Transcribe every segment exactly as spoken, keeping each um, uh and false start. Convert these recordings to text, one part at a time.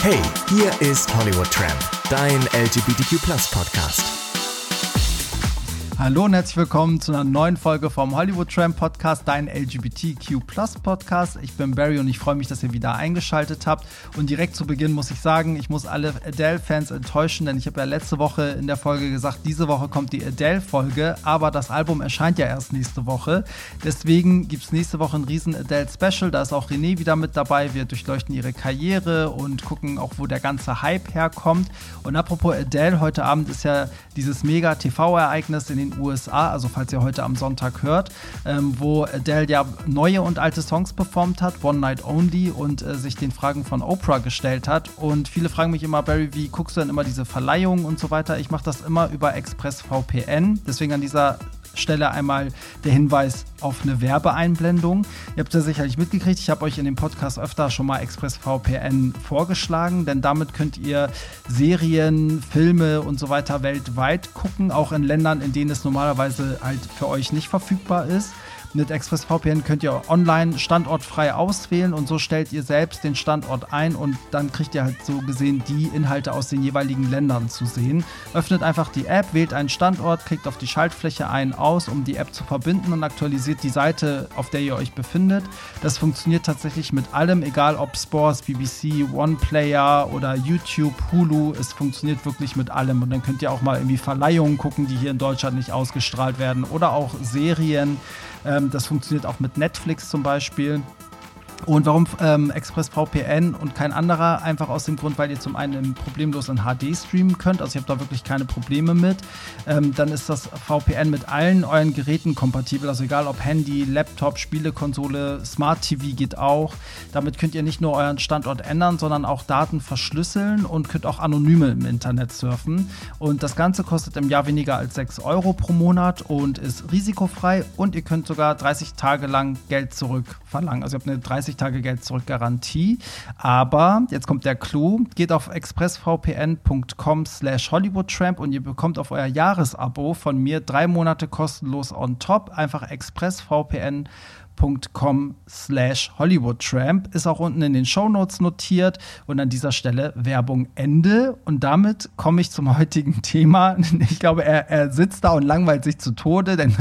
Hey, hier ist Hollywood Tramp, dein L G B T Q Plus Podcast. Hallo und herzlich willkommen zu einer neuen Folge vom Hollywood Tramp Podcast, dein L G B T Q Plus Podcast. Ich bin Barry und ich freue mich, dass ihr wieder eingeschaltet habt. Und direkt zu Beginn muss ich sagen, ich muss alle Adele-Fans enttäuschen, denn ich habe ja letzte Woche in der Folge gesagt, diese Woche kommt die Adele-Folge, aber das Album erscheint ja erst nächste Woche. Deswegen gibt es nächste Woche ein riesen Adele-Special, da ist auch René wieder mit dabei. Wir durchleuchten ihre Karriere und gucken auch, wo der ganze Hype herkommt. Und apropos Adele, heute Abend ist ja dieses Mega-T V-Ereignis in den U S A, also falls ihr heute am Sonntag hört, ähm, wo Adele ja neue und alte Songs performt hat, One Night Only, und äh, sich den Fragen von Oprah gestellt hat. Und viele fragen mich immer, Barry, wie guckst du denn immer diese Verleihungen und so weiter? Ich mache das immer über ExpressVPN, deswegen an dieser Stelle einmal der Hinweis auf eine Werbeeinblendung. Ihr habt ja sicherlich mitgekriegt, ich habe euch in dem Podcast öfter schon mal ExpressVPN vorgeschlagen, denn damit könnt ihr Serien, Filme und so weiter weltweit gucken, auch in Ländern, in denen es normalerweise halt für euch nicht verfügbar ist. Mit ExpressVPN könnt ihr online standortfrei auswählen und so stellt ihr selbst den Standort ein und dann kriegt ihr halt so gesehen die Inhalte aus den jeweiligen Ländern zu sehen. Öffnet einfach die App, wählt einen Standort, klickt auf die Schaltfläche ein, aus, um die App zu verbinden und aktualisiert die Seite, auf der ihr euch befindet. Das funktioniert tatsächlich mit allem, egal ob Sports, B B C, OnePlayer oder YouTube, Hulu. Es funktioniert wirklich mit allem und dann könnt ihr auch mal irgendwie Verleihungen gucken, die hier in Deutschland nicht ausgestrahlt werden oder auch Serien. Das funktioniert auch mit Netflix zum Beispiel. Und warum ähm, ExpressVPN und kein anderer? Einfach aus dem Grund, weil ihr zum einen problemlos in H D streamen könnt. Also ihr habt da wirklich keine Probleme mit. Ähm, dann ist das V P N mit allen euren Geräten kompatibel. Also egal ob Handy, Laptop, Spielekonsole, Smart T V geht auch. Damit könnt ihr nicht nur euren Standort ändern, sondern auch Daten verschlüsseln und könnt auch anonym im Internet surfen. Und das Ganze kostet im Jahr weniger als sechs Euro pro Monat und ist risikofrei. Und ihr könnt sogar dreißig Tage lang Geld zurückverlangen. Also ihr habt eine dreißig Tage Geld zurück Garantie. Aber jetzt kommt der Clou. Geht auf expressvpn.com slash hollywoodtramp und ihr bekommt auf euer Jahresabo von mir drei Monate kostenlos on top. Einfach expressvpn.com slash hollywoodtramp. Ist auch unten in den Shownotes notiert. Und an dieser Stelle Werbung Ende. Und damit komme ich zum heutigen Thema. Ich glaube, er, er sitzt da und langweilt sich zu Tode, denn,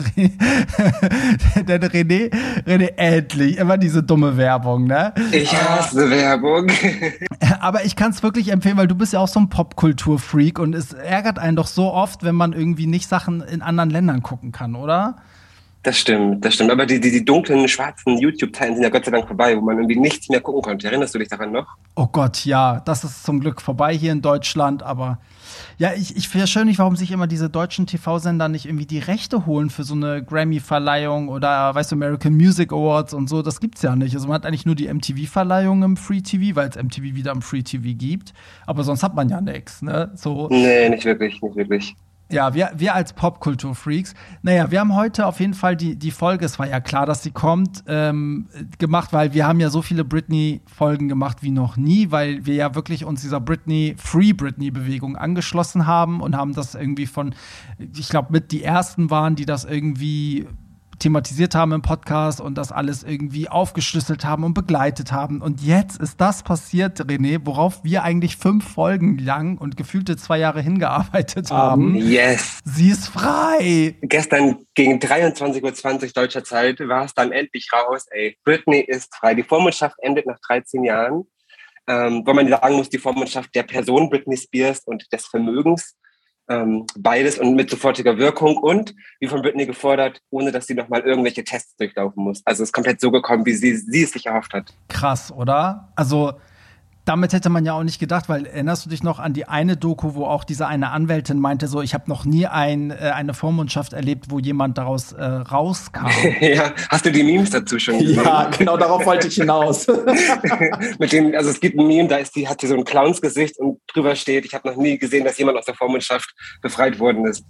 denn René, René, endlich, immer diese dumme Werbung, ne? Ich hasse Werbung. Aber ich kann es wirklich empfehlen, weil du bist ja auch so ein Popkultur-Freak und es ärgert einen doch so oft, wenn man irgendwie nicht Sachen in anderen Ländern gucken kann, oder? Das stimmt, das stimmt. Aber die, die, die dunklen, schwarzen YouTube-Teilen sind ja Gott sei Dank vorbei, wo man irgendwie nichts mehr gucken konnte. Erinnerst du dich daran noch? Oh Gott, ja. Das ist zum Glück vorbei hier in Deutschland. Aber ja, ich, ich verstehe nicht, warum sich immer diese deutschen T V-Sender nicht irgendwie die Rechte holen für so eine Grammy-Verleihung oder, weißt du, American Music Awards und so. Das gibt's ja nicht. Also man hat eigentlich nur die M T V-Verleihung im Free-T V, weil es M T V wieder im Free-T V gibt. Aber sonst hat man ja nichts, ne? So. Nee, nicht wirklich, nicht wirklich. Ja, wir, wir als Popkultur-Freaks, naja, wir haben heute auf jeden Fall die, die Folge, es war ja klar, dass sie kommt, ähm, gemacht, weil wir haben ja so viele Britney-Folgen gemacht wie noch nie, weil wir ja wirklich uns dieser Britney, Free-Britney-Bewegung angeschlossen haben und haben das irgendwie von, ich glaube, mit die ersten waren, die das irgendwie thematisiert haben im Podcast und das alles irgendwie aufgeschlüsselt haben und begleitet haben. Und jetzt ist das passiert, René, worauf wir eigentlich fünf Folgen lang und gefühlte zwei Jahre hingearbeitet haben. Um, yes. Sie ist frei. Gestern gegen dreiundzwanzig Uhr zwanzig deutscher Zeit war es dann endlich raus. Ey, Britney ist frei. Die Vormundschaft endet nach dreizehn Jahren. Ähm, wo man sagen muss, die Vormundschaft der Person Britney Spears und des Vermögens. Ähm, beides und mit sofortiger Wirkung und, wie von Britney gefordert, ohne dass sie nochmal irgendwelche Tests durchlaufen muss. Also es ist komplett so gekommen, wie sie, sie es sich erhofft hat. Krass, oder? Also damit hätte man ja auch nicht gedacht, weil erinnerst du dich noch an die eine Doku, wo auch diese eine Anwältin meinte, so, ich habe noch nie ein, äh, eine Vormundschaft erlebt, wo jemand daraus äh, rauskam. Ja, hast du die Memes dazu schon gesehen? Ja, genau, darauf wollte ich hinaus. Mit dem, also es gibt ein Meme, da ist die, hat sie so ein Clownsgesicht und drüber steht, ich habe noch nie gesehen, dass jemand aus der Vormundschaft befreit worden ist.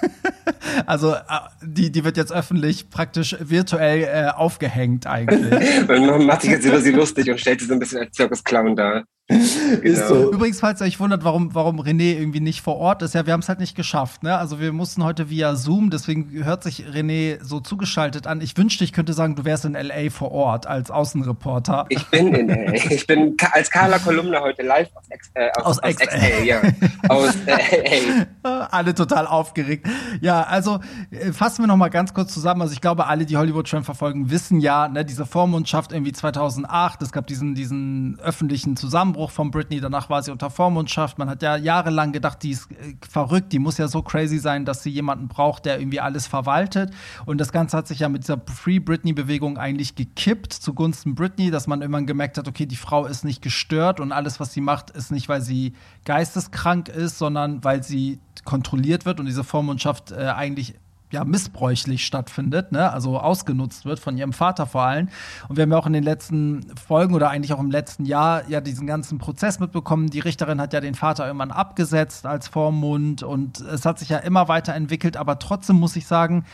Also die, die wird jetzt öffentlich praktisch virtuell äh, aufgehängt eigentlich. Man macht sich jetzt über sie lustig und stellt sie so ein bisschen als Zirkusclown dar. Ist so. Übrigens, falls ihr euch wundert, warum, warum René irgendwie nicht vor Ort ist, ja, wir haben es halt nicht geschafft, ne? Also wir mussten heute via Zoom, deswegen hört sich René so zugeschaltet an. Ich wünschte, ich könnte sagen, du wärst in L A vor Ort als Außenreporter. Ich bin in L A. Ich bin ka- als Carla Kolumna heute live aus, X, äh, aus, Aus aus X L A. X L A, ja. Aus äh, L A. Alle total aufgeregt. Ja, also äh, fassen wir noch mal ganz kurz zusammen. Also ich glaube, alle, die Hollywood-Tramp verfolgen, wissen ja, ne, diese Vormundschaft irgendwie zweitausendacht, es gab diesen, diesen öffentlichen Zusammenbruch von Britney, danach war sie unter Vormundschaft. Man hat ja jahrelang gedacht, die ist äh, verrückt, die muss ja so crazy sein, dass sie jemanden braucht, der irgendwie alles verwaltet. Und das Ganze hat sich ja mit dieser Free-Britney-Bewegung eigentlich gekippt zugunsten Britney, dass man irgendwann gemerkt hat, okay, die Frau ist nicht gestört und alles, was sie macht, ist nicht, weil sie geisteskrank ist, sondern weil sie kontrolliert wird und diese Vormundschaft äh, eigentlich ja, missbräuchlich stattfindet, ne? Also ausgenutzt wird von ihrem Vater vor allem. Und wir haben ja auch in den letzten Folgen oder eigentlich auch im letzten Jahr ja diesen ganzen Prozess mitbekommen. Die Richterin hat ja den Vater irgendwann abgesetzt als Vormund und es hat sich ja immer weiterentwickelt. Aber trotzdem muss ich sagen,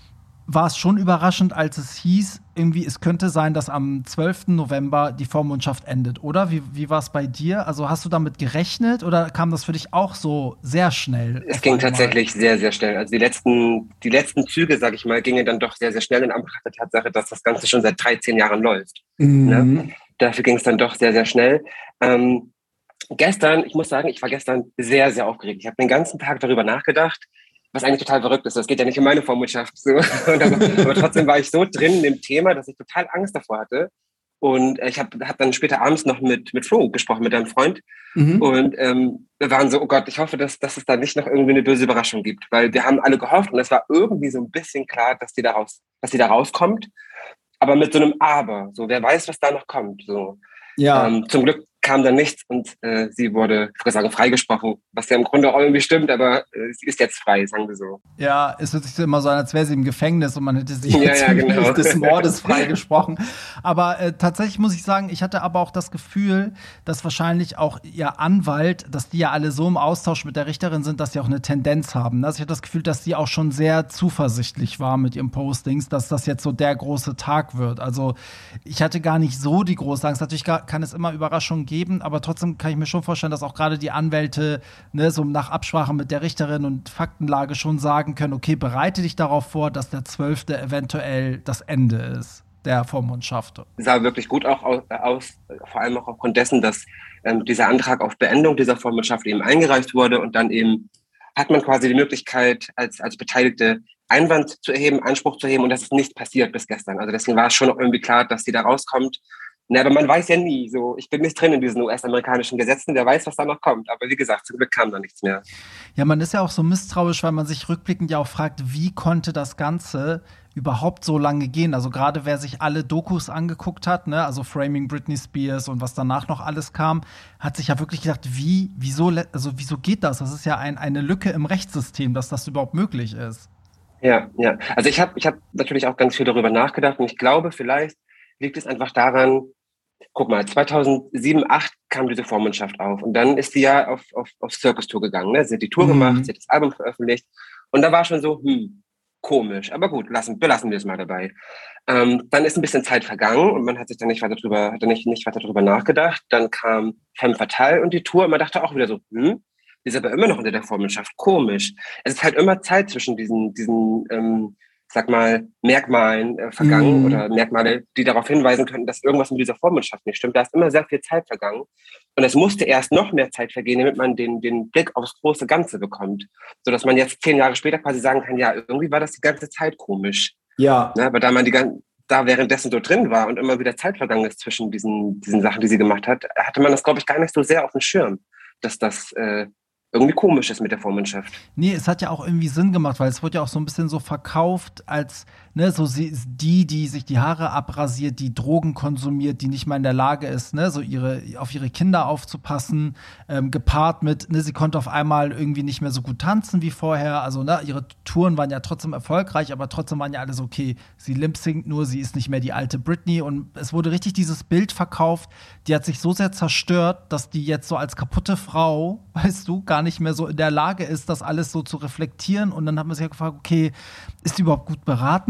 war es schon überraschend, als es hieß, irgendwie, es könnte sein, dass am zwölften November die Vormundschaft endet, oder? Wie, wie war es bei dir? Also hast du damit gerechnet oder kam das für dich auch so sehr schnell? Es ging tatsächlich sehr, sehr schnell. Also die letzten, die letzten Züge, sag ich mal, gingen dann doch sehr, sehr schnell in Anbetracht der Tatsache, dass das Ganze schon seit dreizehn Jahren läuft. Mhm. Ne? Dafür ging es dann doch sehr, sehr schnell. Ähm, gestern, ich muss sagen, ich war gestern sehr, sehr aufgeregt. Ich habe den ganzen Tag darüber nachgedacht, was eigentlich total verrückt ist. Das geht ja nicht um meine Vormundschaft. So. aber, aber trotzdem war ich so drin in dem Thema, dass ich total Angst davor hatte. Und ich habe hab dann später abends noch mit, mit Flo gesprochen, mit deinem Freund. Mhm. Und ähm, wir waren so, oh Gott, ich hoffe, dass, dass es da nicht noch irgendwie eine böse Überraschung gibt. Weil wir haben alle gehofft und es war irgendwie so ein bisschen klar, dass die da raus, dass die da rauskommt. Aber mit so einem Aber. So, wer weiß, was da noch kommt. So. Ja. Ähm, zum Glück kam dann nichts und äh, sie wurde, ich würde sagen, freigesprochen, was ja im Grunde auch irgendwie stimmt, aber äh, sie ist jetzt frei, sagen wir so. Ja, es hört sich so immer so an, als wäre sie im Gefängnis und man hätte sie ja, jetzt ja, genau. des Mordes freigesprochen. Aber äh, tatsächlich muss ich sagen, ich hatte aber auch das Gefühl, dass wahrscheinlich auch ihr Anwalt, dass die ja alle so im Austausch mit der Richterin sind, dass sie auch eine Tendenz haben. Also ich hatte das Gefühl, dass sie auch schon sehr zuversichtlich war mit ihren Postings, dass das jetzt so der große Tag wird. Also ich hatte gar nicht so die große Angst. Natürlich kann es immer Überraschungen geben, aber trotzdem kann ich mir schon vorstellen, dass auch gerade die Anwälte, ne, so nach Absprache mit der Richterin und Faktenlage schon sagen können, okay, bereite dich darauf vor, dass der zwölfte eventuell das Ende ist der Vormundschaft. Sah wirklich gut auch aus, vor allem auch aufgrund dessen, dass ähm, dieser Antrag auf Beendung dieser Vormundschaft eben eingereicht wurde und dann eben hat man quasi die Möglichkeit, als, als Beteiligte Einwand zu erheben, Anspruch zu erheben und das ist nicht passiert bis gestern. Also deswegen war es schon irgendwie klar, dass sie da rauskommt. Na, aber man weiß ja nie, so, ich bin nicht drin in diesen U S-amerikanischen Gesetzen, wer weiß, was da noch kommt. Aber wie gesagt, zum Glück kam da nichts mehr. Ja, man ist ja auch so misstrauisch, weil man sich rückblickend ja auch fragt, wie konnte das Ganze überhaupt so lange gehen? Also gerade wer sich alle Dokus angeguckt hat, ne, also Framing Britney Spears und was danach noch alles kam, hat sich ja wirklich gedacht, wie, wieso, also wieso geht das? Das ist ja ein, eine Lücke im Rechtssystem, dass das überhaupt möglich ist. Ja, ja. Also ich habe ich hab natürlich auch ganz viel darüber nachgedacht und ich glaube, vielleicht liegt es einfach daran, guck mal, zweitausendsieben, zweitausendacht kam diese Vormundschaft auf und dann ist sie ja auf, auf, auf Circus-Tour gegangen. Ne? Sie hat die Tour mhm. gemacht, sie hat das Album veröffentlicht und da war schon so, hm, komisch, aber gut, lassen, belassen wir es mal dabei. Ähm, dann ist ein bisschen Zeit vergangen und man hat sich dann nicht weiter drüber, hat dann nicht, nicht weiter drüber nachgedacht. Dann kam Femme Fatale und die Tour und man dachte auch wieder so, hm, die ist aber immer noch unter der Vormundschaft, komisch. Es ist halt immer Zeit zwischen diesen, diesen ähm, sag mal, Merkmalen äh, vergangen mm. oder Merkmale, die darauf hinweisen könnten, dass irgendwas mit dieser Vormundschaft nicht stimmt. Da ist immer sehr viel Zeit vergangen. Und es musste erst noch mehr Zeit vergehen, damit man den, den Blick aufs große Ganze bekommt. Sodass man jetzt zehn Jahre später quasi sagen kann, ja, irgendwie war das die ganze Zeit komisch. Ja. Ne, aber da man die ganze da währenddessen so drin war und immer wieder Zeit vergangen ist zwischen diesen, diesen Sachen, die sie gemacht hat, hatte man das, glaube ich, gar nicht so sehr auf dem Schirm, dass das äh, irgendwie komisch ist mit der Vormundschaft. Nee, es hat ja auch irgendwie Sinn gemacht, weil es wurde ja auch so ein bisschen so verkauft als, ne, so sie, die, die sich die Haare abrasiert, die Drogen konsumiert, die nicht mal in der Lage ist, ne, so ihre, auf ihre Kinder aufzupassen, ähm, gepaart mit, ne, sie konnte auf einmal irgendwie nicht mehr so gut tanzen wie vorher, also, ne, ihre Touren waren ja trotzdem erfolgreich, aber trotzdem waren ja alle so, okay, sie lip-singt nur, sie ist nicht mehr die alte Britney und es wurde richtig dieses Bild verkauft, die hat sich so sehr zerstört, dass die jetzt so als kaputte Frau, weißt du, gar nicht mehr so in der Lage ist, das alles so zu reflektieren. Und dann hat man sich ja gefragt, okay, ist die überhaupt gut beraten?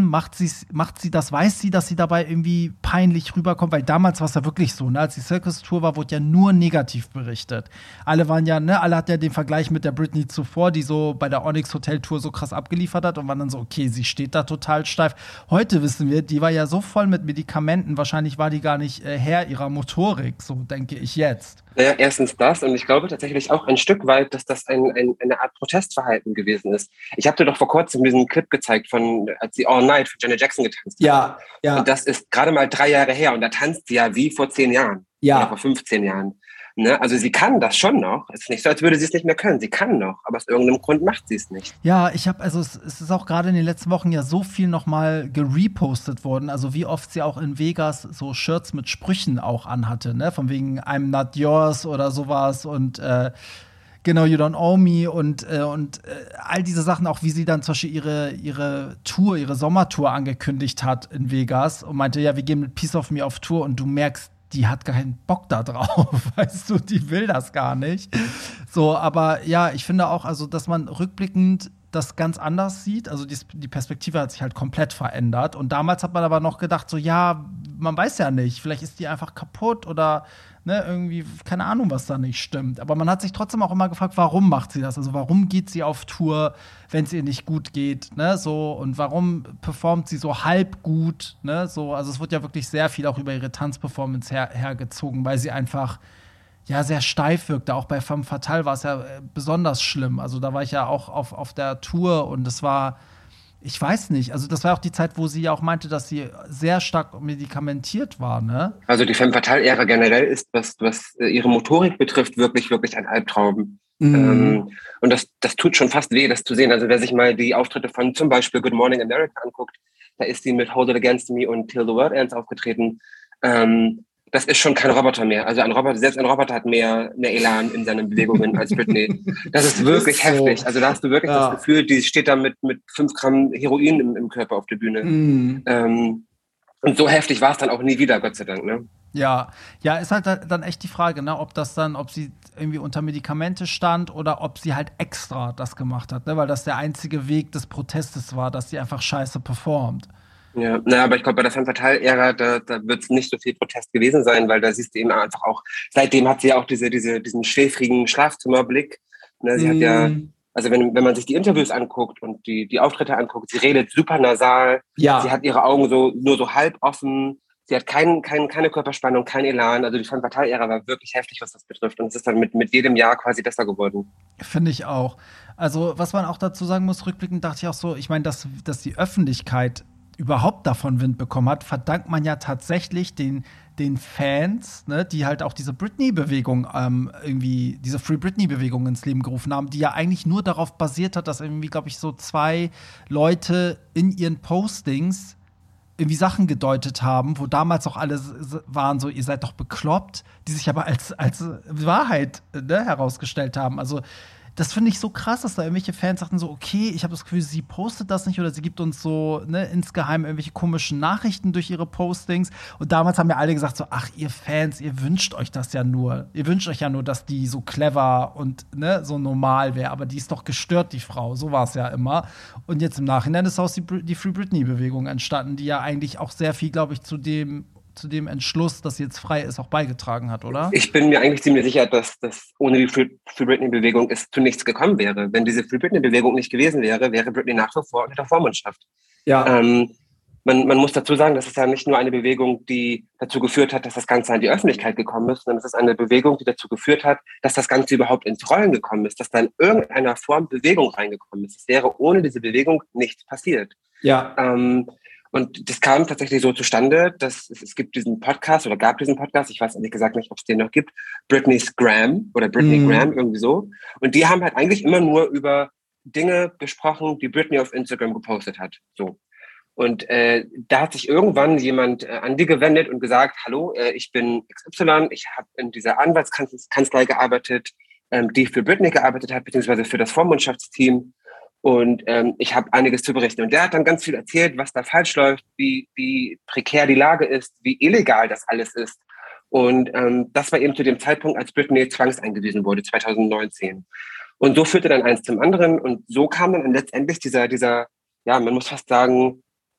macht, macht sie das, weiß sie, dass sie dabei irgendwie peinlich rüberkommt? Weil damals war es ja wirklich so, ne? Als die Circus-Tour war, wurde ja nur negativ berichtet. Alle waren ja, ne, alle hatten ja den Vergleich mit der Britney zuvor, die so bei der Onyx Hotel Tour so krass abgeliefert hat und waren dann so, okay, sie steht da total steif. Heute wissen wir, die war ja so voll mit Medikamenten, wahrscheinlich war die gar nicht äh, Herr ihrer Motorik, so denke ich jetzt. Naja, erstens das und ich glaube tatsächlich auch ein Stück weit, dass das ein, ein, eine Art Protestverhalten gewesen ist. Ich habe dir doch vor kurzem diesen Clip gezeigt, von als sie All Night von Janet Jackson getanzt hat. Ja, ja. Und das ist gerade mal drei Jahre her und da tanzt sie ja wie vor zehn Jahren Ja. oder vor fünfzehn Jahren. Ne? Also sie kann das schon noch. Es ist nicht so, als würde sie es nicht mehr können. Sie kann noch, aber aus irgendeinem Grund macht sie es nicht. Ja, ich habe, also es, es ist auch gerade in den letzten Wochen ja so viel nochmal gerepostet worden. Also wie oft sie auch in Vegas so Shirts mit Sprüchen auch anhatte, ne? Von wegen I'm not yours oder sowas und äh, genau, you don't owe me und, äh, und äh, all diese Sachen, auch wie sie dann zum Beispiel ihre, ihre Tour, ihre Sommertour angekündigt hat in Vegas und meinte, ja, wir gehen mit Piece of Me auf Tour und du merkst, die hat gar keinen Bock da drauf, weißt du, die will das gar nicht. So, aber ja, ich finde auch, also, dass man rückblickend das ganz anders sieht. Also die, die Perspektive hat sich halt komplett verändert. Und damals hat man aber noch gedacht, so, ja, man weiß ja nicht, vielleicht ist die einfach kaputt oder ne, irgendwie, keine Ahnung, was da nicht stimmt. Aber man hat sich trotzdem auch immer gefragt, warum macht sie das? Also warum geht sie auf Tour, wenn es ihr nicht gut geht, ne, so, und warum performt sie so halb gut, ne, so, also es wird ja wirklich sehr viel auch über ihre Tanzperformance her, hergezogen, weil sie einfach ja sehr steif wirkte. Auch bei Femme Fatale war es ja äh, besonders schlimm. Also da war ich ja auch auf, auf der Tour und es war, ich weiß nicht, also das war auch die Zeit, wo sie ja auch meinte, dass sie sehr stark medikamentiert war, ne? Also die Femme Fatale-Ära generell ist, was, was ihre Motorik betrifft, wirklich, wirklich ein Albtraum. Mhm. Ähm, und das, das tut schon fast weh, das zu sehen. Also wer sich mal die Auftritte von zum Beispiel Good Morning America anguckt, da ist sie mit Hold It Against Me und Till the World Ends aufgetreten. Ähm, das ist schon kein Roboter mehr. Also ein Roboter, selbst ein Roboter hat mehr, mehr Elan in seinen Bewegungen als Britney. Das ist wirklich ist so heftig. Also da hast du wirklich ja. das Gefühl, die steht da mit, mit fünf Gramm Heroin im, im Körper auf der Bühne. Mhm. Ähm, und so heftig war es dann auch nie wieder, Gott sei Dank, ne? Ja, ja, ist halt dann echt die Frage, ne, ob das dann, ob sie irgendwie unter Medikamente stand oder ob sie halt extra das gemacht hat, ne, weil das der einzige Weg des Protestes war, dass sie einfach scheiße performt. Ja, na, aber ich glaube, bei der Femme Fatale-Ära, da, da wird es nicht so viel Protest gewesen sein, weil da siehst du eben einfach auch, seitdem hat sie ja auch diese, diese, diesen schläfrigen Schlafzimmerblick. Ne, sie mm. hat ja, also wenn, wenn man sich die Interviews anguckt und die, die Auftritte anguckt, sie redet super nasal, ja. Sie hat ihre Augen so nur so halb offen, sie hat kein, kein, keine Körperspannung, kein Elan. Also die Femme Fatale-Ära war wirklich heftig, was das betrifft. Und es ist dann mit, mit jedem Jahr quasi besser geworden. Finde ich auch. Also was man auch dazu sagen muss, rückblickend dachte ich auch so, ich meine, dass, dass die Öffentlichkeit überhaupt davon Wind bekommen hat, verdankt man ja tatsächlich den, den Fans, ne, die halt auch diese Britney-Bewegung ähm, irgendwie, diese Free Britney-Bewegung ins Leben gerufen haben, die ja eigentlich nur darauf basiert hat, dass irgendwie, glaube ich, so zwei Leute in ihren Postings irgendwie Sachen gedeutet haben, wo damals auch alle waren so, ihr seid doch bekloppt, die sich aber als, als Wahrheit, ne, herausgestellt haben. Also das finde ich so krass, dass da irgendwelche Fans sagten so, okay, ich habe das Gefühl, sie postet das nicht oder sie gibt uns so, ne, insgeheim irgendwelche komischen Nachrichten durch ihre Postings. Und damals haben ja alle gesagt so, ach, ihr Fans, ihr wünscht euch das ja nur. Ihr wünscht euch ja nur, dass die so clever und, ne, so normal wäre. Aber die ist doch gestört, die Frau. So war es ja immer. Und jetzt im Nachhinein ist auch die, die Free Britney-Bewegung entstanden, die ja eigentlich auch sehr viel, glaube ich, zu dem zu dem Entschluss, dass sie jetzt frei ist, auch beigetragen hat, oder? Ich bin mir eigentlich ziemlich sicher, dass das ohne die Free, Free Britney-Bewegung es zu nichts gekommen wäre. Wenn diese Free Britney-Bewegung nicht gewesen wäre, wäre Britney nach wie vor unter der Vormundschaft. Ja. Ähm, man, man muss dazu sagen, das ist ja nicht nur eine Bewegung, die dazu geführt hat, dass das Ganze an die Öffentlichkeit gekommen ist, sondern es ist eine Bewegung, die dazu geführt hat, dass das Ganze überhaupt ins Rollen gekommen ist, dass da in irgendeiner Form Bewegung reingekommen ist. Es wäre ohne diese Bewegung nichts passiert. Ja. Ähm, Und das kam tatsächlich so zustande, dass es, es gibt diesen Podcast oder gab diesen Podcast, ich weiß ehrlich gesagt nicht, ob es den noch gibt, Britney's Gram oder Britney mm. Gram, irgendwie so. Und die haben halt eigentlich immer nur über Dinge gesprochen, die Britney auf Instagram gepostet hat. So. Und äh, da hat sich irgendwann jemand äh, an die gewendet und gesagt, hallo, äh, ich bin X Y, ich habe in dieser Anwaltskanzlei gearbeitet, ähm, die für Britney gearbeitet hat, beziehungsweise für das Vormundschaftsteam. Und ähm, ich habe einiges zu berichten. Und der hat dann ganz viel erzählt, was da falsch läuft, wie, wie prekär die Lage ist, wie illegal das alles ist. Und ähm, das war eben zu dem Zeitpunkt, als Britney zwangseingewiesen wurde, zwanzig neunzehn. Und so führte dann eins zum anderen. Und so kam dann letztendlich dieser, dieser, ja, man muss fast sagen,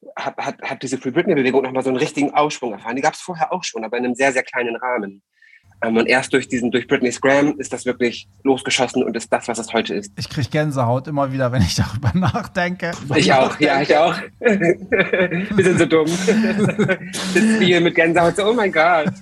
hat, hat, hat diese Free Britney-Bewegung nochmal so einen richtigen Aufschwung erfahren. Die gab es vorher auch schon, aber in einem sehr, sehr kleinen Rahmen. Ähm, und erst durch diesen, durch Britney's Gram ist das wirklich losgeschossen und ist das, was es heute ist. Ich kriege Gänsehaut immer wieder, wenn ich darüber nachdenke. Ich auch, ja, ich auch. Wir sind so dumm. Sitzen hier mit Gänsehaut, so, oh mein Gott.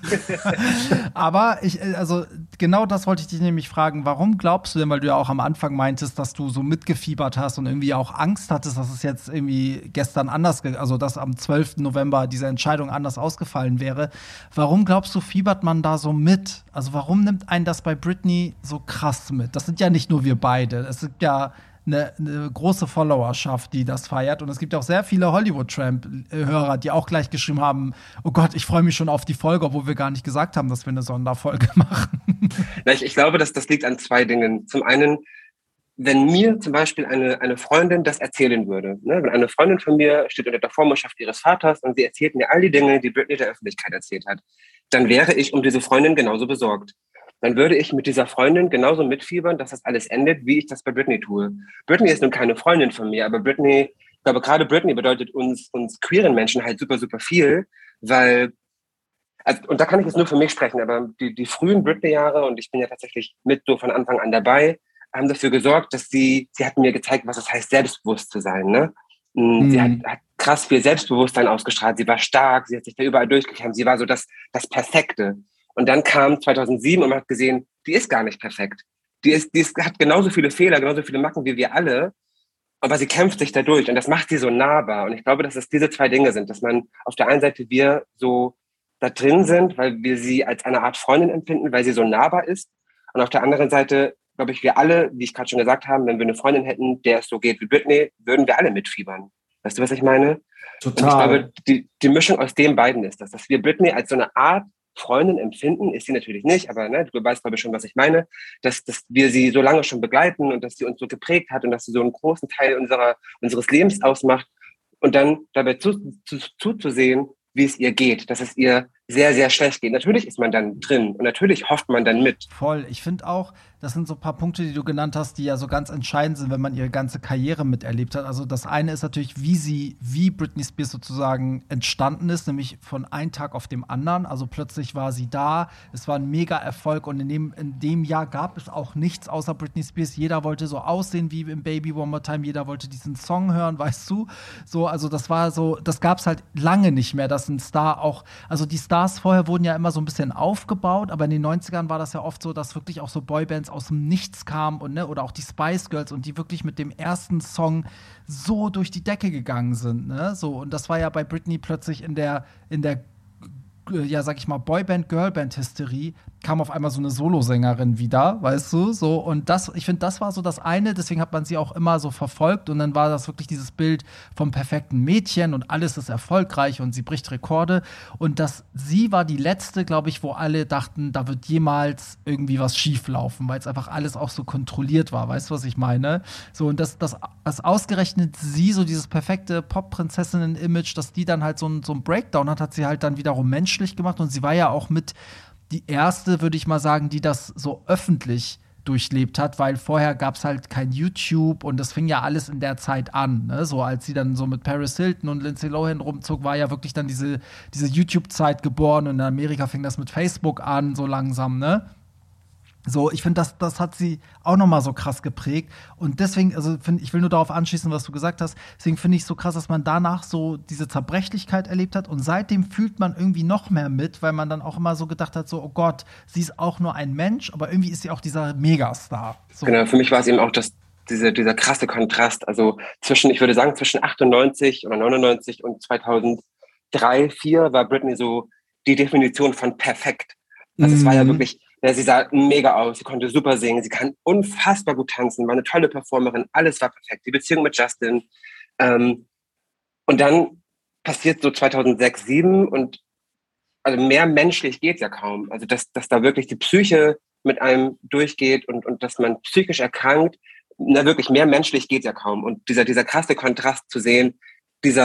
Aber ich, also genau das wollte ich dich nämlich fragen. Warum glaubst du denn, weil du ja auch am Anfang meintest, dass du so mitgefiebert hast und irgendwie auch Angst hattest, dass es jetzt irgendwie gestern anders, also dass am zwölften November diese Entscheidung anders ausgefallen wäre. Warum glaubst du, fiebert man da so mit? Also warum nimmt einen das bei Britney so krass mit? Das sind ja nicht nur wir beide. Es gibt ja eine, eine große Followerschaft, die das feiert. Und es gibt auch sehr viele Hollywood-Tramp-Hörer, die auch gleich geschrieben haben, oh Gott, ich freue mich schon auf die Folge, obwohl wir gar nicht gesagt haben, dass wir eine Sonderfolge machen. Ich, ich glaube, dass das liegt an zwei Dingen. Zum einen, wenn mir zum Beispiel eine, eine Freundin das erzählen würde, ne? Wenn eine Freundin von mir steht unter der Vormundschaft ihres Vaters und sie erzählt mir all die Dinge, die Britney der Öffentlichkeit erzählt hat, dann wäre ich um diese Freundin genauso besorgt. Dann würde ich mit dieser Freundin genauso mitfiebern, dass das alles endet, wie ich das bei Britney tue. Britney ist nun keine Freundin von mir, aber Britney, ich glaube, gerade Britney bedeutet uns, uns queeren Menschen halt super, super viel, weil, also, und da kann ich jetzt nur für mich sprechen, aber die, die frühen Britney-Jahre, und ich bin ja tatsächlich mit so von Anfang an dabei, haben dafür gesorgt, dass sie, sie hat mir gezeigt, was es heißt, selbstbewusst zu sein, ne? Mhm. Sie hat, hat krass viel Selbstbewusstsein ausgestrahlt, sie war stark, sie hat sich da überall durchgekämpft, sie war so das, das Perfekte. Und dann kam zweitausendsieben und man hat gesehen, die ist gar nicht perfekt. Die ist, die ist, hat genauso viele Fehler, genauso viele Macken wie wir alle, aber sie kämpft sich da durch und das macht sie so nahbar. Und ich glaube, dass es diese zwei Dinge sind, dass man auf der einen Seite wir so da drin sind, weil wir sie als eine Art Freundin empfinden, weil sie so nahbar ist. Und auf der anderen Seite, glaube ich, wir alle, wie ich gerade schon gesagt habe, wenn wir eine Freundin hätten, der es so geht wie Britney, würden wir alle mitfiebern. Weißt du, was ich meine? Total. Und ich glaube, die, die Mischung aus den beiden ist das, dass wir Britney als so eine Art Freundin empfinden, ist sie natürlich nicht, aber ne, du weißt, glaube ich, schon, was ich meine, dass, dass wir sie so lange schon begleiten und dass sie uns so geprägt hat und dass sie so einen großen Teil unserer, unseres Lebens ausmacht und dann dabei zu, zu, zuzusehen, wie es ihr geht, dass es ihr sehr, sehr schlecht geht. Natürlich ist man dann drin und natürlich hofft man dann mit. Voll. Ich finde auch, das sind so ein paar Punkte, die du genannt hast, die ja so ganz entscheidend sind, wenn man ihre ganze Karriere miterlebt hat. Also das eine ist natürlich, wie sie, wie Britney Spears sozusagen entstanden ist, nämlich von einem Tag auf dem anderen. Also plötzlich war sie da, es war ein Mega-Erfolg und in dem, in dem Jahr gab es auch nichts außer Britney Spears. Jeder wollte so aussehen wie im Baby One More Time, jeder wollte diesen Song hören, weißt du? So, also das war so, das gab es halt lange nicht mehr, dass ein Star auch, also die Stars vorher wurden ja immer so ein bisschen aufgebaut, aber in den neunzigern war das ja oft so, dass wirklich auch so Boybands aus dem Nichts kamen und ne, oder auch die Spice Girls und die wirklich mit dem ersten Song so durch die Decke gegangen sind, ne? So, und das war ja bei Britney plötzlich in der in der ja, sag ich mal, Boyband-Girlband-Hysterie kam auf einmal so eine Solosängerin wieder, weißt du, so, und das, ich finde, das war so das eine, deswegen hat man sie auch immer so verfolgt und dann war das wirklich dieses Bild vom perfekten Mädchen und alles ist erfolgreich und sie bricht Rekorde und das, sie war die letzte, glaube ich, wo alle dachten, da wird jemals irgendwie was schief laufen, weil es einfach alles auch so kontrolliert war, weißt du, was ich meine? So, und das, das, das ausgerechnet sie, so dieses perfekte Pop-Prinzessinnen-Image, dass die dann halt so ein, so ein Breakdown hat, hat sie halt dann wiederum menschlich gemacht und sie war ja auch mit die erste, würde ich mal sagen, die das so öffentlich durchlebt hat, weil vorher gab es halt kein YouTube und das fing ja alles in der Zeit an, ne? So als sie dann so mit Paris Hilton und Lindsay Lohan rumzog, war ja wirklich dann diese, diese YouTube-Zeit geboren und in Amerika fing das mit Facebook an, so langsam, ne? So, ich finde, das, das hat sie auch noch mal so krass geprägt. Und deswegen, also find, ich will nur darauf anschließen, was du gesagt hast. Deswegen finde ich es so krass, dass man danach so diese Zerbrechlichkeit erlebt hat. Und seitdem fühlt man irgendwie noch mehr mit, weil man dann auch immer so gedacht hat, so, oh Gott, sie ist auch nur ein Mensch, aber irgendwie ist sie auch dieser Megastar. So. Genau, für mich war es eben auch das, diese, dieser krasse Kontrast. Also zwischen, ich würde sagen, zwischen achtundneunzig oder neunundneunzig und zweitausenddrei, zweitausendvier war Britney so die Definition von perfekt. Also mhm. es war ja wirklich, ja, sie sah mega aus, sie konnte super singen, sie kann unfassbar gut tanzen, war eine tolle Performerin, alles war perfekt. Die Beziehung mit Justin. Ähm, und dann passiert so zweitausendsechs, zweitausendsieben und also mehr menschlich geht ja kaum. Also dass, dass da wirklich die Psyche mit einem durchgeht und, und dass man psychisch erkrankt, na wirklich, mehr menschlich geht ja kaum. Und dieser, dieser krasse Kontrast zu sehen, dieser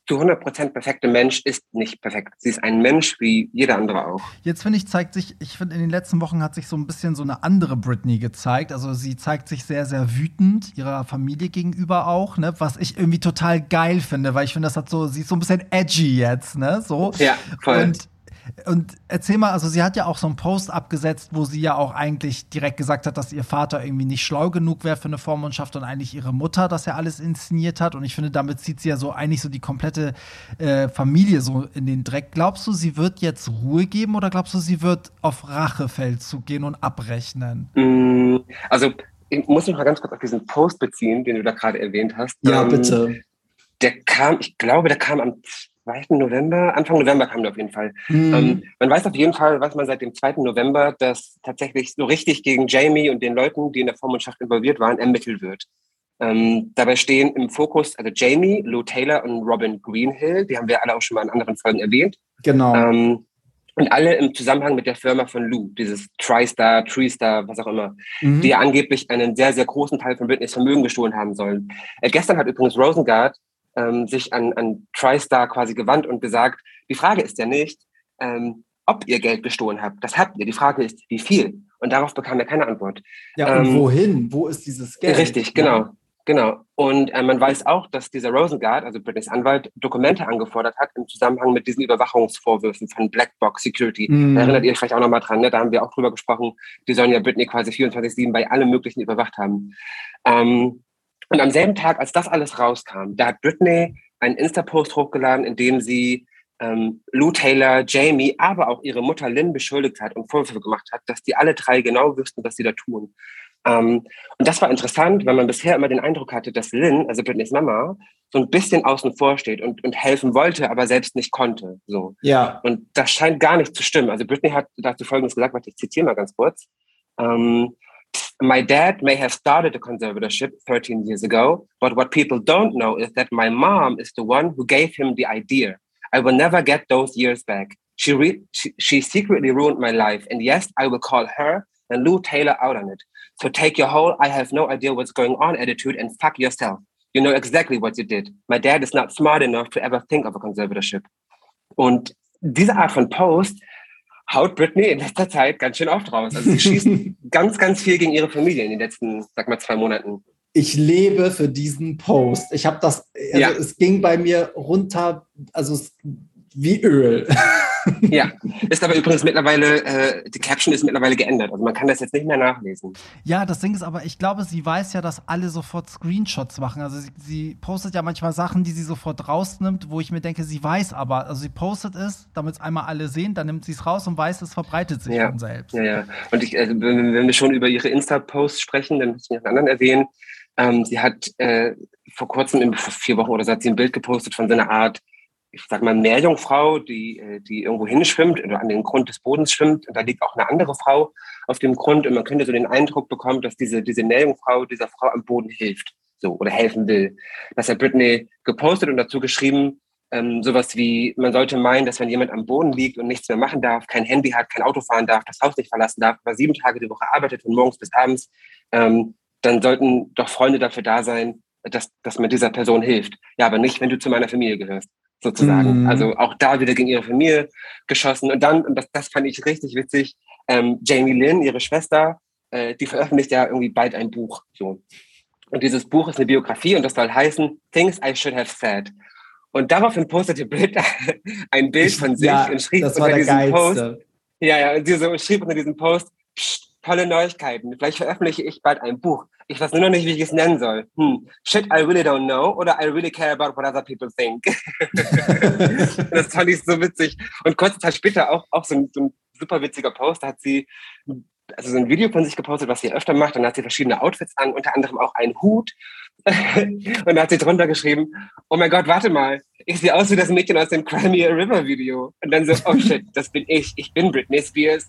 zu hundert Prozent perfekte Mensch ist nicht perfekt. Sie ist ein Mensch wie jeder andere auch. Jetzt finde ich, zeigt sich, ich finde, in den letzten Wochen hat sich so ein bisschen so eine andere Britney gezeigt. Also sie zeigt sich sehr, sehr wütend ihrer Familie gegenüber auch, ne? Was ich irgendwie total geil finde, weil ich finde, das hat so, sie ist so ein bisschen edgy jetzt, ne? So. Ja, voll. Und Und erzähl mal, also sie hat ja auch so einen Post abgesetzt, wo sie ja auch eigentlich direkt gesagt hat, dass ihr Vater irgendwie nicht schlau genug wäre für eine Vormundschaft und eigentlich ihre Mutter das ja alles inszeniert hat. Und ich finde, damit zieht sie ja so eigentlich so die komplette äh, Familie so in den Dreck. Glaubst du, sie wird jetzt Ruhe geben oder glaubst du, sie wird auf Rachefeldzug gehen und abrechnen? Mm, also ich muss mich mal ganz kurz auf diesen Post beziehen, den du da gerade erwähnt hast. Ja, ähm, bitte. Der kam, ich glaube, der kam am zweiten November, Anfang November kam der auf jeden Fall. Mhm. Ähm, man weiß auf jeden Fall, weiß man seit dem zweiten November, dass tatsächlich so richtig gegen Jamie und den Leuten, die in der Vormundschaft involviert waren, ermittelt wird. Ähm, dabei stehen im Fokus also Jamie, Lou Taylor und Robin Greenhill, die haben wir alle auch schon mal in anderen Folgen erwähnt. Genau. Ähm, und alle im Zusammenhang mit der Firma von Lou, dieses TriStar, TreeStar, was auch immer, Mhm. die ja angeblich einen sehr, sehr großen Teil von Britneys Vermögen gestohlen haben sollen. Äh, gestern hat übrigens Rosengart ähm, sich an, an TriStar quasi gewandt und gesagt, die Frage ist ja nicht, ähm, ob ihr Geld gestohlen habt. Das habt ihr. Die Frage ist, wie viel? Und darauf bekam er keine Antwort. Ja, und ähm, wohin? Wo ist dieses Geld? Richtig, genau. Genau. Und äh, man weiß auch, dass dieser Rosengart, also Britneys Anwalt, Dokumente angefordert hat im Zusammenhang mit diesen Überwachungsvorwürfen von Blackbox Security. Mhm. Da erinnert ihr euch vielleicht auch nochmal dran, ne? Da haben wir auch drüber gesprochen. Die sollen ja Britney quasi vierundzwanzig sieben bei allem Möglichen überwacht haben. Ähm, und am selben Tag, als das alles rauskam, da hat Britney einen Insta-Post hochgeladen, in dem sie ähm, Lou Taylor, Jamie, aber auch ihre Mutter Lynn beschuldigt hat und Vorwürfe gemacht hat, dass die alle drei genau wüssten, was sie da tun. Ähm, und das war interessant, weil man bisher immer den Eindruck hatte, dass Lynn, also Britneys Mama, so ein bisschen außen vor steht und, und helfen wollte, aber selbst nicht konnte. So. Ja. Und das scheint gar nicht zu stimmen. Also Britney hat dazu Folgendes gesagt, warte, ich zitiere mal ganz kurz. Um, My dad may have started a conservatorship thirteen years ago, but what people don't know is that my mom is the one who gave him the idea. I will never get those years back. She, re- she, she secretly ruined my life, and yes, I will call her and Lou Taylor out on it. So take your whole I have no idea what's going on attitude and fuck yourself. You know exactly what you did. My dad is not smart enough to ever think of a conservatorship. Und diese Art von Post haut Britney in letzter Zeit ganz schön oft raus. Also sie schießt ganz, ganz viel gegen ihre Familie in den letzten, sag mal, zwei Monaten. Ich lebe für diesen Post. Ich habe das, also Ja. es ging bei mir runter, also es, wie Öl. Ja, ist aber übrigens mittlerweile, äh, die Caption ist mittlerweile geändert. Also man kann das jetzt nicht mehr nachlesen. Ja, das Ding ist aber, ich glaube, sie weiß ja, dass alle sofort Screenshots machen. Also sie, sie postet ja manchmal Sachen, die sie sofort rausnimmt, wo ich mir denke, sie weiß aber, also sie postet es, damit es einmal alle sehen, dann nimmt sie es raus und weiß, es verbreitet sich Ja. von selbst. Ja, ja. Und ich, also, wenn, wenn wir schon über ihre Insta-Posts sprechen, dann muss ich noch einen anderen erwähnen. Ähm, sie hat äh, vor kurzem, vor vier Wochen oder so, hat sie ein Bild gepostet von so einer Art, ich sag mal, Meerjungfrau, die, die irgendwo hinschwimmt oder an den Grund des Bodens schwimmt. Und da liegt auch eine andere Frau auf dem Grund. Und man könnte so den Eindruck bekommen, dass diese, diese Meerjungfrau dieser Frau am Boden hilft. So, oder helfen will. Das hat Britney gepostet und dazu geschrieben, ähm, sowas wie, man sollte meinen, dass wenn jemand am Boden liegt und nichts mehr machen darf, kein Handy hat, kein Auto fahren darf, das Haus nicht verlassen darf, aber sieben Tage die Woche arbeitet, von morgens bis abends, ähm, dann sollten doch Freunde dafür da sein, dass, dass man dieser Person hilft. Ja, aber nicht, wenn du zu meiner Familie gehörst. Sozusagen. Mhm. Also auch da wieder gegen ihre Familie geschossen. Und dann, und das, das fand ich richtig witzig, ähm, Jamie Lynn, ihre Schwester, äh, die veröffentlicht ja irgendwie bald ein Buch. So. Und dieses Buch ist eine Biografie und das soll heißen Things I Should Have Said. Und daraufhin postete Bild ein Bild Ich, von sich ja, und schrieb das war unter der diesem Post, geilste. ja, ja, und sie so schrieb unter diesem Post, Psst, tolle Neuigkeiten, vielleicht veröffentliche ich bald ein Buch. Ich weiß nur noch nicht, wie ich es nennen soll. Hm. Shit, I really don't know oder I really care about what other people think. Das fand ich so witzig. Und kurze Zeit später auch, auch so, ein, so ein super witziger Post, da hat sie also so ein Video von sich gepostet, was sie öfter macht. Dann hat sie verschiedene Outfits an, unter anderem auch einen Hut. Und da hat sie drunter geschrieben, oh mein Gott, warte mal, ich sehe aus wie das Mädchen aus dem Crimea River Video. Und dann so, oh shit, das bin ich, ich bin Britney Spears.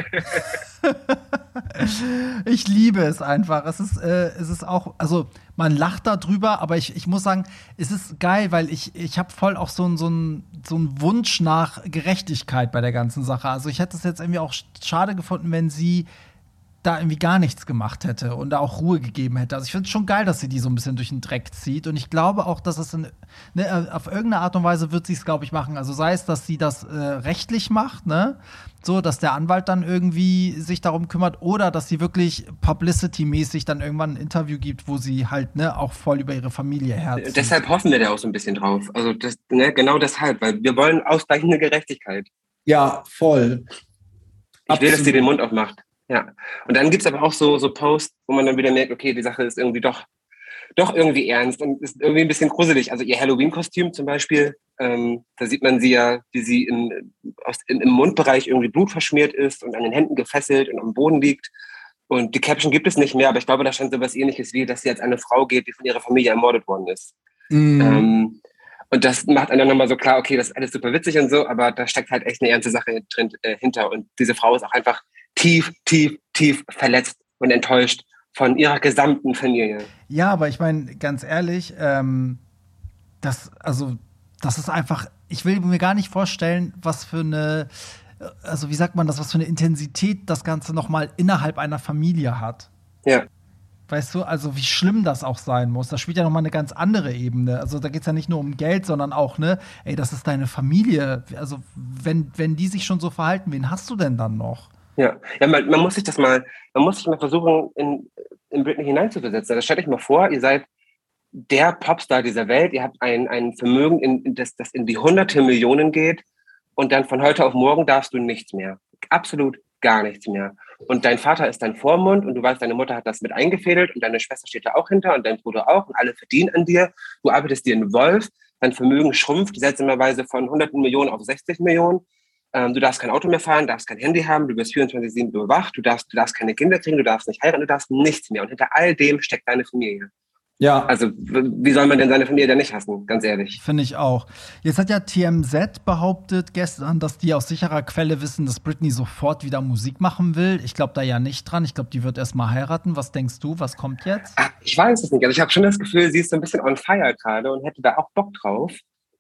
Ich liebe es einfach. Es ist, äh, es ist auch, also man lacht da drüber, aber ich, ich muss sagen, es ist geil, weil ich, ich habe voll auch so einen so ein, so ein Wunsch nach Gerechtigkeit bei der ganzen Sache. Also ich hätte es jetzt irgendwie auch schade gefunden, wenn sie da irgendwie gar nichts gemacht hätte und da auch Ruhe gegeben hätte. Also ich finde es schon geil, dass sie die so ein bisschen durch den Dreck zieht. Und ich glaube auch, dass es in, ne, auf irgendeine Art und Weise wird sie es, glaube ich, machen. Also sei es, dass sie das äh, rechtlich macht, ne? So, dass der Anwalt dann irgendwie sich darum kümmert, oder dass sie wirklich publicity-mäßig dann irgendwann ein Interview gibt, wo sie halt, ne, auch voll über ihre Familie herzieht. Deshalb hoffen wir da auch so ein bisschen drauf. Also das, ne, genau deshalb, weil wir wollen ausgleichende Gerechtigkeit. Ja, voll. Ich will, dass sie den Mund aufmacht. Ja. Und dann gibt es aber auch so, so Posts, wo man dann wieder merkt, okay, die Sache ist irgendwie doch, doch irgendwie ernst und ist irgendwie ein bisschen gruselig. Also ihr Halloween-Kostüm zum Beispiel, ähm, da sieht man sie ja, wie sie in, aus, in, im Mundbereich irgendwie Blut verschmiert ist und an den Händen gefesselt und am Boden liegt. Und die Caption gibt es nicht mehr, aber ich glaube, da stand so was Ähnliches wie, dass sie als eine Frau geht, die von ihrer Familie ermordet worden ist. Mhm. Ähm, und das macht einem dann nochmal so klar, okay, das ist alles super witzig und so, aber da steckt halt echt eine ernste Sache drin, äh, hinter. Und diese Frau ist auch einfach tief, tief, tief verletzt und enttäuscht von ihrer gesamten Familie. Ja, aber ich meine, ganz ehrlich, ähm, das, also, das ist einfach, ich will mir gar nicht vorstellen, was für eine, also wie sagt man das, was für eine Intensität das Ganze nochmal innerhalb einer Familie hat. Ja. Weißt du, also wie schlimm das auch sein muss. Das spielt ja nochmal eine ganz andere Ebene. Also da geht es ja nicht nur um Geld, sondern auch, ne, ey, das ist deine Familie. Also wenn, wenn die sich schon so verhalten, wen hast du denn dann noch? Ja, ja man, man muss sich das mal, man muss sich mal versuchen, in, in Britney hineinzuversetzen. Also stellt euch mal vor, ihr seid der Popstar dieser Welt, ihr habt ein, ein Vermögen, in, in das, das in die hunderte Millionen geht und dann von heute auf morgen darfst du nichts mehr. Absolut gar nichts mehr. Und dein Vater ist dein Vormund und du weißt, deine Mutter hat das mit eingefädelt und deine Schwester steht da auch hinter und dein Bruder auch und alle verdienen an dir. Du arbeitest dir in Wolf, dein Vermögen schrumpft seltsamerweise von hunderten Millionen auf sechzig Millionen. Ähm, du darfst kein Auto mehr fahren, darfst kein Handy haben, du wirst vierundzwanzig sieben überwacht, du darfst, du darfst keine Kinder kriegen, du darfst nicht heiraten, du darfst nichts mehr. Und hinter all dem steckt deine Familie. Ja. Also, wie soll man denn seine Familie denn nicht hassen? Ganz ehrlich. Finde ich auch. Jetzt hat ja T M Z behauptet gestern, dass die aus sicherer Quelle wissen, dass Britney sofort wieder Musik machen will. Ich glaube da ja nicht dran. Ich glaube, die wird erst mal heiraten. Was denkst du? Was kommt jetzt? Ach, ich weiß es nicht. Also, ich habe schon das Gefühl, sie ist so ein bisschen on fire gerade und hätte da auch Bock drauf.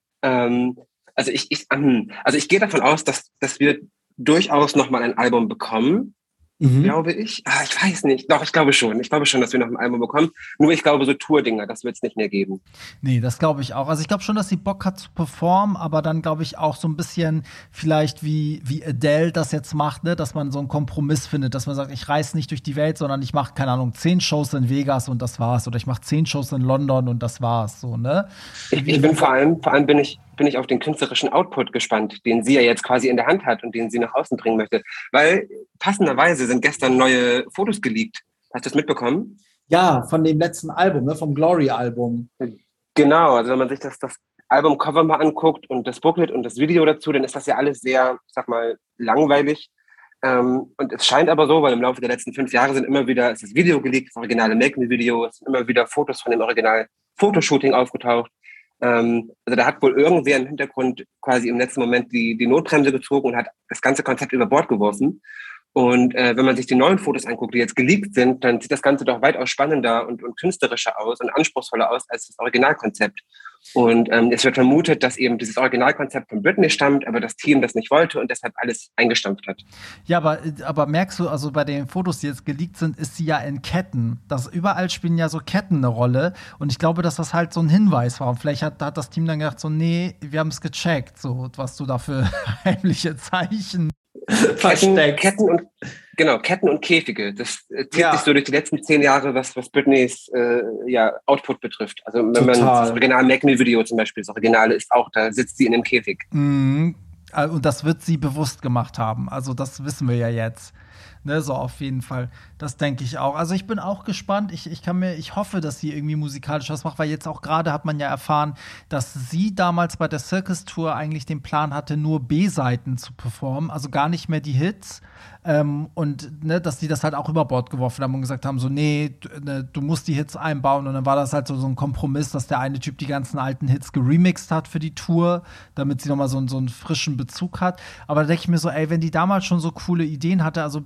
Ähm, also, ich, ich, also ich gehe davon aus, dass, dass wir durchaus noch mal ein Album bekommen. Mhm. Glaube ich. Ah, ich weiß nicht. Doch, ich glaube schon. Ich glaube schon, dass wir noch ein Album bekommen. Nur ich glaube, so Tour-Dinger, das wird es nicht mehr geben. Nee, das glaube ich auch. Also ich glaube schon, dass sie Bock hat zu performen, aber dann glaube ich auch so ein bisschen vielleicht wie, wie Adele das jetzt macht, ne? Dass man so einen Kompromiss findet, dass man sagt, ich reise nicht durch die Welt, sondern ich mache, keine Ahnung, zehn Shows in Vegas und das war's. Oder ich mache zehn Shows in London und das war's. So, ne? Ich, ich bin vor allem, vor allem bin ich bin ich auf den künstlerischen Output gespannt, den sie ja jetzt quasi in der Hand hat und den sie nach außen bringen möchte. Weil passenderweise sind gestern neue Fotos geleakt. Hast du das mitbekommen? Ja, von dem letzten Album, ne, vom Glory-Album. Genau, also wenn man sich das, das Albumcover mal anguckt und das Booklet und das Video dazu, dann ist das ja alles sehr, ich sag mal, langweilig. Ähm, und es scheint aber so, weil im Laufe der letzten fünf Jahre sind immer wieder, ist das Video geleakt, das originale Make-Me-Video, es sind immer wieder Fotos von dem Original-Fotoshooting aufgetaucht. Ähm, also da hat wohl irgendwer im Hintergrund quasi im letzten Moment die, die Notbremse gezogen und hat das ganze Konzept über Bord geworfen. Und äh, wenn man sich die neuen Fotos anguckt, die jetzt geleakt sind, dann sieht das Ganze doch weitaus spannender und, und künstlerischer aus und anspruchsvoller aus als das Originalkonzept. Und ähm, es wird vermutet, dass eben dieses Originalkonzept von Britney stammt, aber das Team das nicht wollte und deshalb alles eingestampft hat. Ja, aber, aber merkst du, also bei den Fotos, die jetzt geleakt sind, ist sie ja in Ketten. Das, überall spielen ja so Ketten eine Rolle. Und ich glaube, dass das halt so ein Hinweis war. Und vielleicht hat, hat das Team dann gedacht, so, nee, wir haben es gecheckt, so, was du da für heimliche Zeichen Ketten, Ketten und genau Ketten und Käfige. Das äh, zieht ja. sich so durch die letzten zehn Jahre, was was Britneys äh, ja Output betrifft. Also wenn Total. man das Original Make Me Video zum Beispiel, das Originale ist auch, da sitzt sie in einem Käfig. Mhm. Und das wird sie bewusst gemacht haben. Also das wissen wir ja jetzt. Ne, so auf jeden Fall. Das denke ich auch. Also ich bin auch gespannt. Ich, ich kann mir, ich hoffe, dass sie irgendwie musikalisch was macht, weil jetzt auch gerade hat man ja erfahren, dass sie damals bei der Circus Tour eigentlich den Plan hatte, nur B-Seiten zu performen, also gar nicht mehr die Hits. Ähm, und ne, dass die das halt auch über Bord geworfen haben und gesagt haben, so nee, du, ne, du musst die Hits einbauen. Und dann war das halt so, so ein Kompromiss, dass der eine Typ die ganzen alten Hits geremixed hat für die Tour, damit sie nochmal so, so einen frischen Bezug hat. Aber da denke ich mir so, ey, wenn die damals schon so coole Ideen hatte, also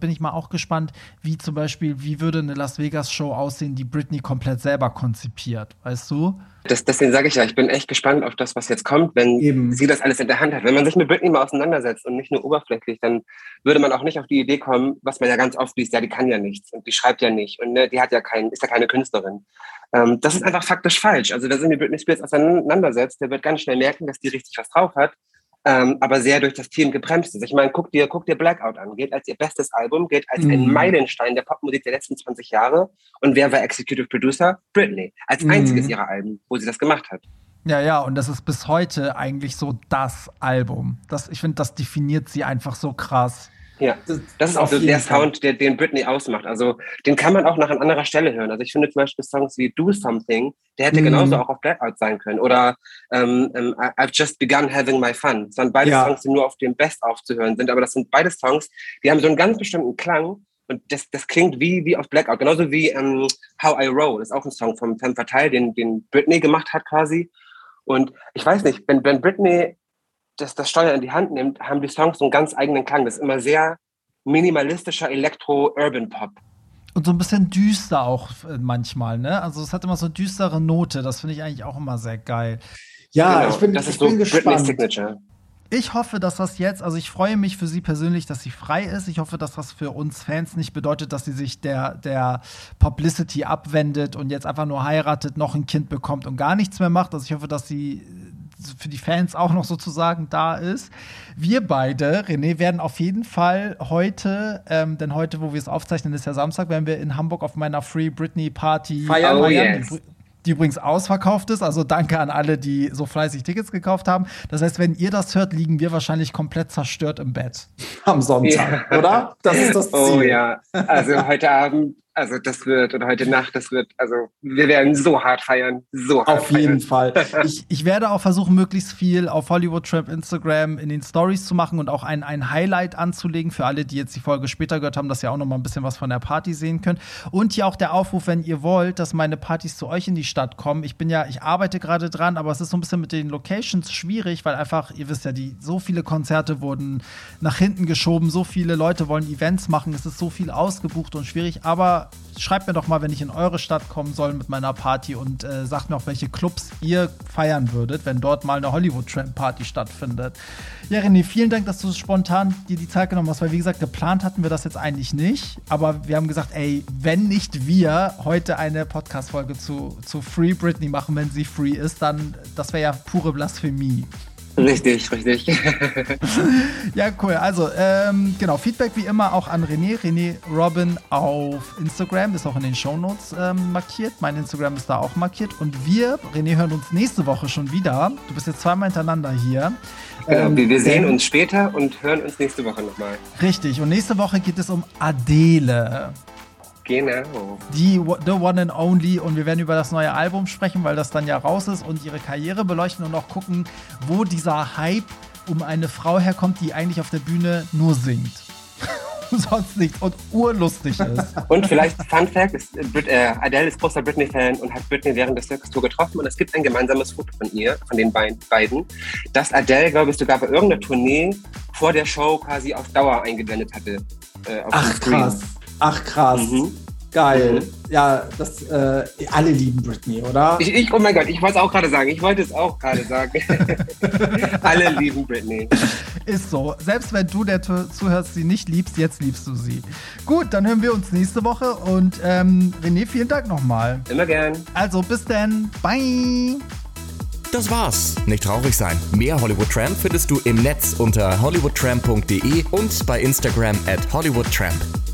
bin ich mal auch gespannt, wie zum Beispiel, wie würde eine Las Vegas-Show aussehen, die Britney komplett selber konzipiert, weißt du? Das, deswegen sage ich ja, ich bin echt gespannt auf das, was jetzt kommt, wenn Eben. sie das alles in der Hand hat. Wenn man sich mit Britney mal auseinandersetzt und nicht nur oberflächlich, dann würde man auch nicht auf die Idee kommen, was man ja ganz oft liest, ja, die kann ja nichts und die schreibt ja nicht und ne, die hat ja kein, ist ja keine Künstlerin. Ähm, das ist einfach faktisch falsch. Also wer sich mit Britney Spears auseinandersetzt, der wird ganz schnell merken, dass die richtig was drauf hat, ähm, aber sehr durch das Team gebremst ist. Ich meine, guck dir, guck dir Blackout an, geht als ihr bestes Album, geht als mm. ein Meilenstein der Popmusik der letzten zwanzig Jahre. Und wer war Executive Producer? Britney. Als mm. einziges ihrer Alben, wo sie das gemacht hat. Ja, ja, und das ist bis heute eigentlich so das Album. Das, ich finde, das definiert sie einfach so krass. Ja, das ist auch so der Sound, der, den Britney ausmacht. Also den kann man auch noch an anderer Stelle hören. Also ich finde zum Beispiel Songs wie Do Something, der hätte mm. genauso auch auf Blackout sein können. Oder ähm, ähm, I've Just Begun Having My Fun. Das waren beide ja. Songs, die nur auf dem Best aufzuhören sind. Aber das sind beide Songs, die haben so einen ganz bestimmten Klang. Und das, das klingt wie, wie auf Blackout. Genauso wie ähm, How I Roll. Das ist auch ein Song von Femme Fatale, den, den Britney gemacht hat quasi. Und ich weiß nicht, wenn, wenn Britney das, das Steuer in die Hand nimmt, haben die Songs so einen ganz eigenen Klang. Das ist immer sehr minimalistischer Elektro-Urban-Pop. Und so ein bisschen düster auch manchmal, ne? Also es hat immer so eine düstere Note. Das finde ich eigentlich auch immer sehr geil. Ja, genau. ich bin, das ich ist bin so gespannt. Britney Signature. Ich hoffe, dass das jetzt, also ich freue mich für sie persönlich, dass sie frei ist. Ich hoffe, dass das für uns Fans nicht bedeutet, dass sie sich der, der Publicity abwendet und jetzt einfach nur heiratet, noch ein Kind bekommt und gar nichts mehr macht. Also ich hoffe, dass sie für die Fans auch noch sozusagen da ist. Wir beide, René, werden auf jeden Fall heute, ähm, denn heute, wo wir es aufzeichnen, ist ja Samstag, werden wir in Hamburg auf meiner Free Britney Party feiern. Oh, yes. die, die übrigens ausverkauft ist. Also danke an alle, die so fleißig Tickets gekauft haben. Das heißt, wenn ihr das hört, liegen wir wahrscheinlich komplett zerstört im Bett. Am Sonntag, ja. Oder? Das ist das Ziel. Oh ja, also heute Abend, also das wird, oder heute Nacht, das wird, also wir werden so hart feiern, so hart Auf jeden feiern. Fall. Ich, ich werde auch versuchen, möglichst viel auf Hollywood Tramp Instagram in den Stories zu machen und auch ein, ein Highlight anzulegen für alle, die jetzt die Folge später gehört haben, dass ihr auch noch mal ein bisschen was von der Party sehen könnt. Und hier auch der Aufruf, wenn ihr wollt, dass meine Partys zu euch in die Stadt kommen. Ich bin ja, ich arbeite gerade dran, aber es ist so ein bisschen mit den Locations schwierig, weil einfach, ihr wisst ja, die so viele Konzerte wurden nach hinten geschoben, so viele Leute wollen Events machen, es ist so viel ausgebucht und schwierig, aber schreibt mir doch mal, wenn ich in eure Stadt kommen soll mit meiner Party und äh, sagt mir auch, welche Clubs ihr feiern würdet, wenn dort mal eine Hollywood Tramp Party stattfindet. Ja, René, vielen Dank, dass du spontan dir die Zeit genommen hast, weil wie gesagt, geplant hatten wir das jetzt eigentlich nicht, aber wir haben gesagt, ey, wenn nicht wir heute eine Podcast-Folge zu, zu Free Britney machen, wenn sie free ist, dann, das wäre ja pure Blasphemie. Richtig, richtig. Ja, cool. Also, ähm, genau, Feedback wie immer auch an René. René Robin auf Instagram, ist auch in den Shownotes ähm, markiert. Mein Instagram ist da auch markiert. Und wir, René, hören uns nächste Woche schon wieder. Du bist jetzt zweimal hintereinander hier. Genau, ähm, wir sehen ähm, uns später und hören uns nächste Woche nochmal. Richtig. Und nächste Woche geht es um Adele. Genau. Die The One and Only, und wir werden über das neue Album sprechen, weil das dann ja raus ist, und ihre Karriere beleuchten und auch gucken, wo dieser Hype um eine Frau herkommt, die eigentlich auf der Bühne nur singt. Sonst nichts und urlustig ist. Und vielleicht, Fun Fact, ist, äh, Adele ist großer Britney-Fan und hat Britney während der Circus Tour getroffen, und es gibt ein gemeinsames Foto von ihr, von den beiden, das Adele, glaube ich, sogar bei irgendeiner Tournee vor der Show quasi auf Dauer eingeblendet hatte. Äh, auf Ach krass. Ach krass, mhm. Geil. Mhm. Ja, das, äh, alle lieben Britney, oder? Ich, ich, oh mein Gott, ich wollte es auch gerade sagen. Ich wollte es auch gerade sagen. Alle lieben Britney. Ist so. Selbst wenn du, der zuhörst, sie nicht liebst, jetzt liebst du sie. Gut, dann hören wir uns nächste Woche, und ähm, René, vielen Dank nochmal. Immer gern. Also bis dann. Bye. Das war's. Nicht traurig sein. Mehr Hollywood Tramp findest du im Netz unter hollywood tramp punkt de und bei Instagram at hollywood tramp.